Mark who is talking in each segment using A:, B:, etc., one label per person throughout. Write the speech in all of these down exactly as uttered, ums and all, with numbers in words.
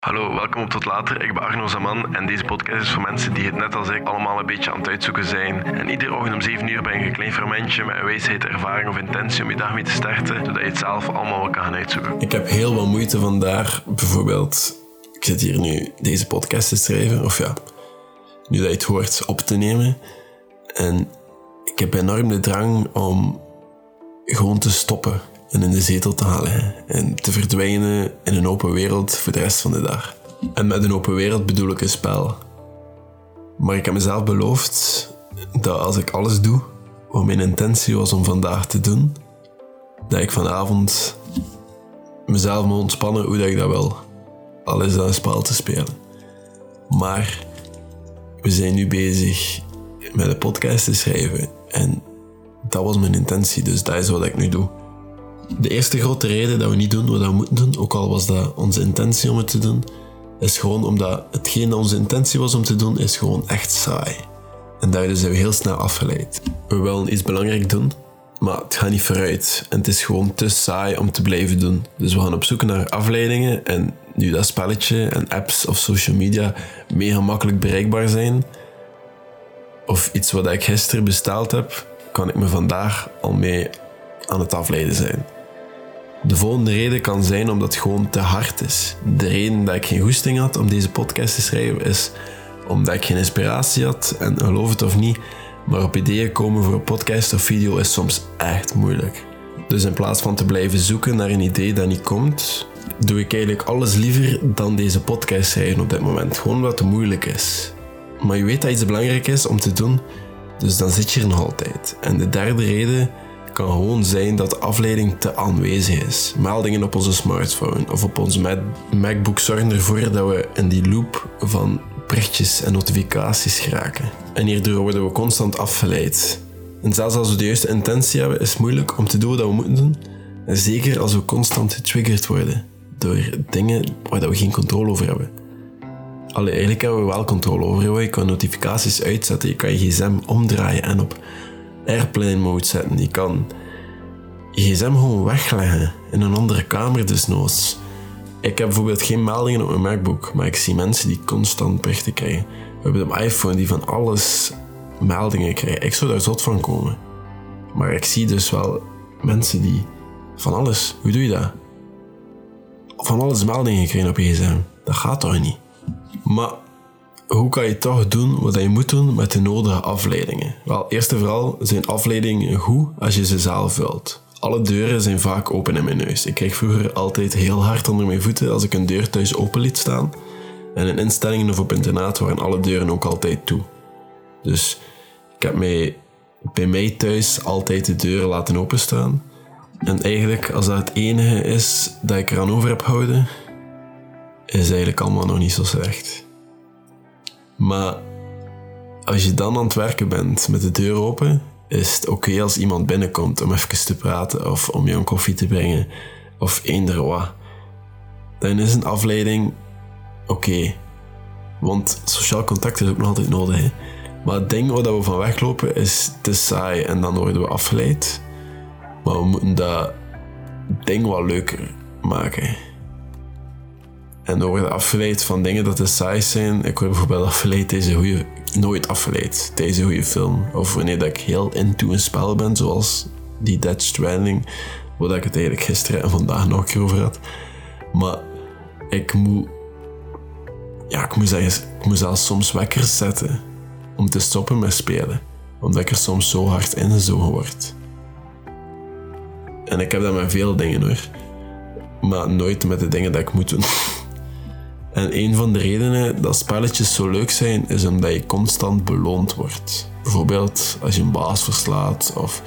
A: Hallo, welkom op Tot Later. Ik ben Arno Zaman en deze podcast is voor mensen die het net als ik allemaal een beetje aan het uitzoeken zijn. En iedere ochtend om zeven uur ben ik een klein fermentje met een wijsheid, ervaring of intentie om je dag mee te starten, zodat je het zelf allemaal wel kan gaan uitzoeken.
B: Ik heb heel wat moeite vandaar, bijvoorbeeld, ik zit hier nu deze podcast te schrijven, of ja, nu dat je het hoort, op te nemen. En ik heb enorm de drang om gewoon te stoppen en in de zetel te halen en te verdwijnen in een open wereld voor de rest van de dag. En met een open wereld bedoel ik een spel. Maar ik heb mezelf beloofd dat als ik alles doe wat mijn intentie was om vandaag te doen, dat ik vanavond mezelf moet ontspannen hoe dat ik dat wil. Al is dat een spel te spelen. Maar we zijn nu bezig met een podcast te schrijven en dat was mijn intentie, dus dat is wat ik nu doe. De eerste grote reden dat we niet doen wat we moeten doen, ook al was dat onze intentie om het te doen, is gewoon omdat hetgeen dat onze intentie was om te doen, is gewoon echt saai. En daardoor zijn we heel snel afgeleid. We willen iets belangrijk doen, maar het gaat niet vooruit. En het is gewoon te saai om te blijven doen. Dus we gaan op zoek naar afleidingen en nu dat spelletje en apps of social media mega makkelijk bereikbaar zijn, of iets wat ik gisteren besteld heb, kan ik me vandaag al mee aan het afleiden zijn. De volgende reden kan zijn omdat het gewoon te hard is. De reden dat ik geen goesting had om deze podcast te schrijven is omdat ik geen inspiratie had. En geloof het of niet, maar op ideeën komen voor een podcast of video is soms echt moeilijk. Dus in plaats van te blijven zoeken naar een idee dat niet komt, doe ik eigenlijk alles liever dan deze podcast schrijven op dit moment. Gewoon omdat het moeilijk is. Maar je weet dat iets belangrijk is om te doen, dus dan zit je er nog altijd. En de derde reden kan gewoon zijn dat de afleiding te aanwezig is. Meldingen op onze smartphone of op onze MacBook zorgen ervoor dat we in die loop van berichtjes en notificaties geraken. En hierdoor worden we constant afgeleid. En zelfs als we de juiste intentie hebben, is het moeilijk om te doen wat we moeten doen. En zeker als we constant getriggerd worden door dingen waar we geen controle over hebben. Allee, eigenlijk hebben we wel controle over. Je kan notificaties uitzetten, je kan je gsm omdraaien en op airplane mode zetten. Je kan je gsm gewoon wegleggen in een andere kamer desnoods. Ik heb bijvoorbeeld geen meldingen op mijn MacBook, maar ik zie mensen die constant berichten krijgen. We hebben een iPhone die van alles meldingen krijgen. Ik zou daar zot van komen. Maar ik zie dus wel mensen die van alles, hoe doe je dat? Van alles meldingen krijgen op je gsm. Dat gaat toch niet? Maar hoe kan je toch doen wat je moet doen met de nodige afleidingen? Wel, eerst en vooral zijn afleidingen goed als je ze zelf wilt. Alle deuren zijn vaak open in mijn neus. Ik kreeg vroeger altijd heel hard onder mijn voeten als ik een deur thuis open liet staan. En in instellingen of op internaat waren alle deuren ook altijd toe. Dus ik heb mij bij mij thuis altijd de deuren laten openstaan. En eigenlijk, als dat het enige is dat ik eraan over heb gehouden, is eigenlijk allemaal nog niet zo slecht. Maar als je dan aan het werken bent met de deur open, is het oké okay als iemand binnenkomt om even te praten of om je een koffie te brengen of eender wat. Dan is een afleiding oké. Okay. Want sociaal contact is ook nog altijd nodig. Hè? Maar het ding waar we van weglopen is te saai en dan worden we afgeleid. Maar we moeten dat ding wat leuker maken. En we worden afgeleid van dingen dat te saai zijn. Ik word bijvoorbeeld afgeleid deze goede, nooit afgeleid tijdens een goede film. Of wanneer dat ik heel into een spel ben, zoals die Death Stranding, waar ik het eigenlijk gisteren en vandaag nog een keer over had. Maar ik moet, ja, ik moet, zeggen, ik moet zelfs soms wekkers zetten om te stoppen met spelen. Omdat ik er soms zo hard ingezogen word. En ik heb dat met veel dingen hoor. Maar nooit met de dingen dat ik moet doen. En een van de redenen dat spelletjes zo leuk zijn, is omdat je constant beloond wordt. Bijvoorbeeld als je een baas verslaat, of,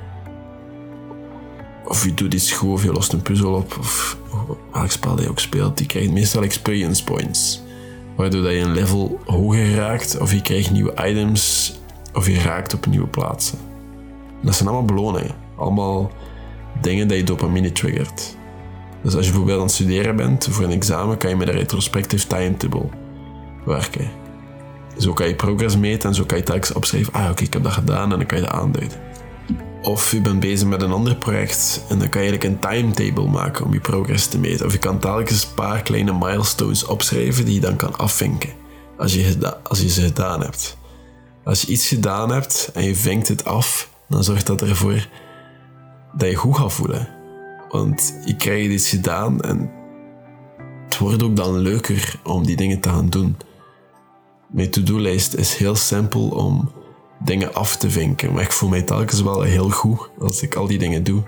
B: of je doet iets goed, of je lost een puzzel op, of welk spel je ook speelt, die krijgt meestal experience points. Waardoor dat je een level hoger raakt, of je krijgt nieuwe items, of je raakt op nieuwe plaatsen. En dat zijn allemaal beloningen. Allemaal dingen dat je dopamine triggert. Dus als je bijvoorbeeld aan het studeren bent voor een examen, kan je met een retrospective timetable werken. Zo kan je progress meten en zo kan je telkens opschrijven, ah oké, okay, ik heb dat gedaan en dan kan je dat aanduiden. Of je bent bezig met een ander project en dan kan je eigenlijk een timetable maken om je progress te meten. Of je kan telkens een paar kleine milestones opschrijven die je dan kan afvinken als je, geda- als je ze gedaan hebt. Als je iets gedaan hebt en je vinkt het af, dan zorgt dat ervoor dat je goed gaat voelen. Want je krijgt iets gedaan en het wordt ook dan leuker om die dingen te gaan doen. Mijn to-do-lijst is heel simpel om dingen af te vinken, maar ik voel mij telkens wel heel goed als ik al die dingen doe.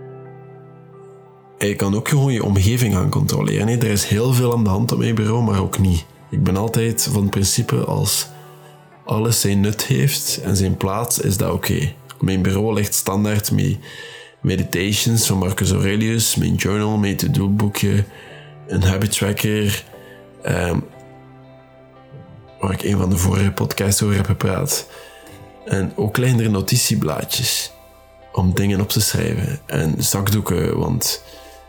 B: En je kan ook gewoon je omgeving gaan controleren. Nee, er is heel veel aan de hand op mijn bureau, maar ook niet. Ik ben altijd van het principe, als alles zijn nut heeft en zijn plaats, is dat oké. Okay. Mijn bureau ligt standaard met meditations van Marcus Aurelius, mijn journal, mijn to-do boekje, een habit tracker, um, waar ik een van de vorige podcasts over heb gepraat. En ook kleinere notitieblaadjes om dingen op te schrijven. En zakdoeken, want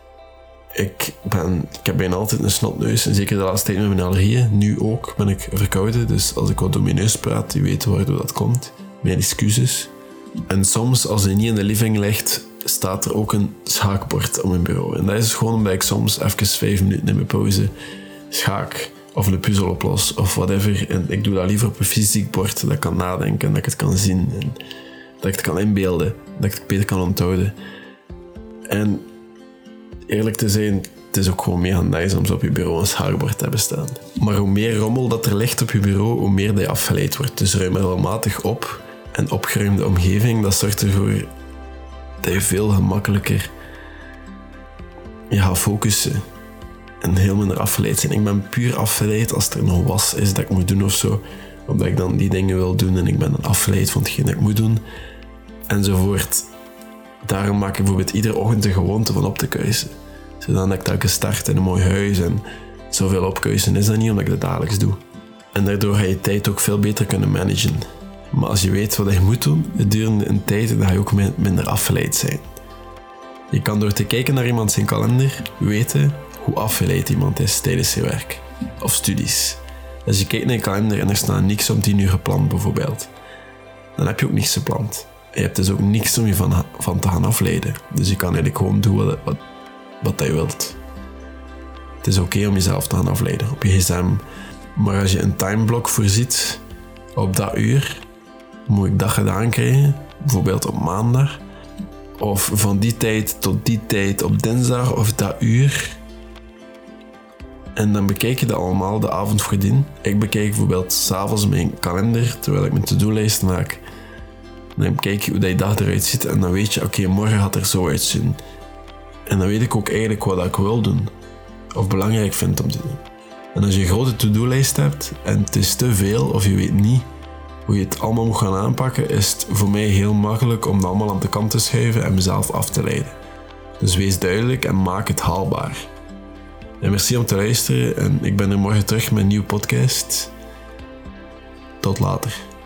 B: ik, ben, ik heb bijna altijd een snotneus. En zeker de laatste tijd met mijn allergieën. Nu ook ben ik verkouden. Dus als ik wat door mijn neus praat, die weten waardoor dat komt. Mijn excuses. En soms, als hij niet in de living ligt, staat er ook een schaakbord op mijn bureau. En dat is gewoon omdat ik soms even vijf minuten in mijn pauze schaak. Of een puzzel oplos, of whatever. En ik doe dat liever op een fysiek bord, dat ik kan nadenken, dat ik het kan zien. En dat ik het kan inbeelden, dat ik het beter kan onthouden. En eerlijk te zijn, het is ook gewoon mega nice om zo op je bureau een schaakbord te hebben staan. Maar hoe meer rommel dat er ligt op je bureau, hoe meer dat je afgeleid wordt. Dus ruim er wel matig op. En opgeruimde omgeving, dat zorgt ervoor dat je veel gemakkelijker je gaat focussen. En heel minder afgeleid zijn. Ik ben puur afgeleid als er nog was is dat ik moet doen of zo. Omdat ik dan die dingen wil doen en ik ben dan afgeleid van hetgeen dat ik moet doen. Enzovoort. Daarom maak ik bijvoorbeeld iedere ochtend de gewoonte van op te kuisen. Zodat ik telkens start in een mooi huis. En zoveel opkuisen is dat niet, omdat ik dat dagelijks doe. En daardoor ga je tijd ook veel beter kunnen managen. Maar als je weet wat je moet doen, gedurende een tijd, dan ga je ook minder afgeleid zijn. Je kan door te kijken naar iemand zijn kalender weten hoe afgeleid iemand is tijdens zijn werk of studies. Als je kijkt naar je kalender en er staat niks om tien uur gepland bijvoorbeeld, dan heb je ook niks gepland. En je hebt dus ook niks om je van, van te gaan afleiden. Dus je kan eigenlijk gewoon doen wat, wat, wat je wilt. Het is oké okay om jezelf te gaan afleiden op je gsm. Maar als je een timeblok voorziet, op dat uur moet ik dat gedaan krijgen, bijvoorbeeld op maandag, of van die tijd tot die tijd op dinsdag of dat uur. En dan bekijk je dat allemaal de avond voordien. Ik bekijk bijvoorbeeld 's avonds mijn kalender, terwijl ik mijn to-do-lijst maak. Dan bekijk je hoe die dag eruit ziet en dan weet je, oké, okay, morgen gaat er zo uitzien. En dan weet ik ook eigenlijk wat ik wil doen. Of belangrijk vind om te doen. En als je een grote to-do-lijst hebt en het is te veel of je weet niet hoe je het allemaal moet gaan aanpakken, is het voor mij heel makkelijk om het allemaal aan de kant te schuiven en mezelf af te leiden. Dus wees duidelijk en maak het haalbaar. En merci om te luisteren en ik ben er morgen terug met een nieuwe podcast. Tot later.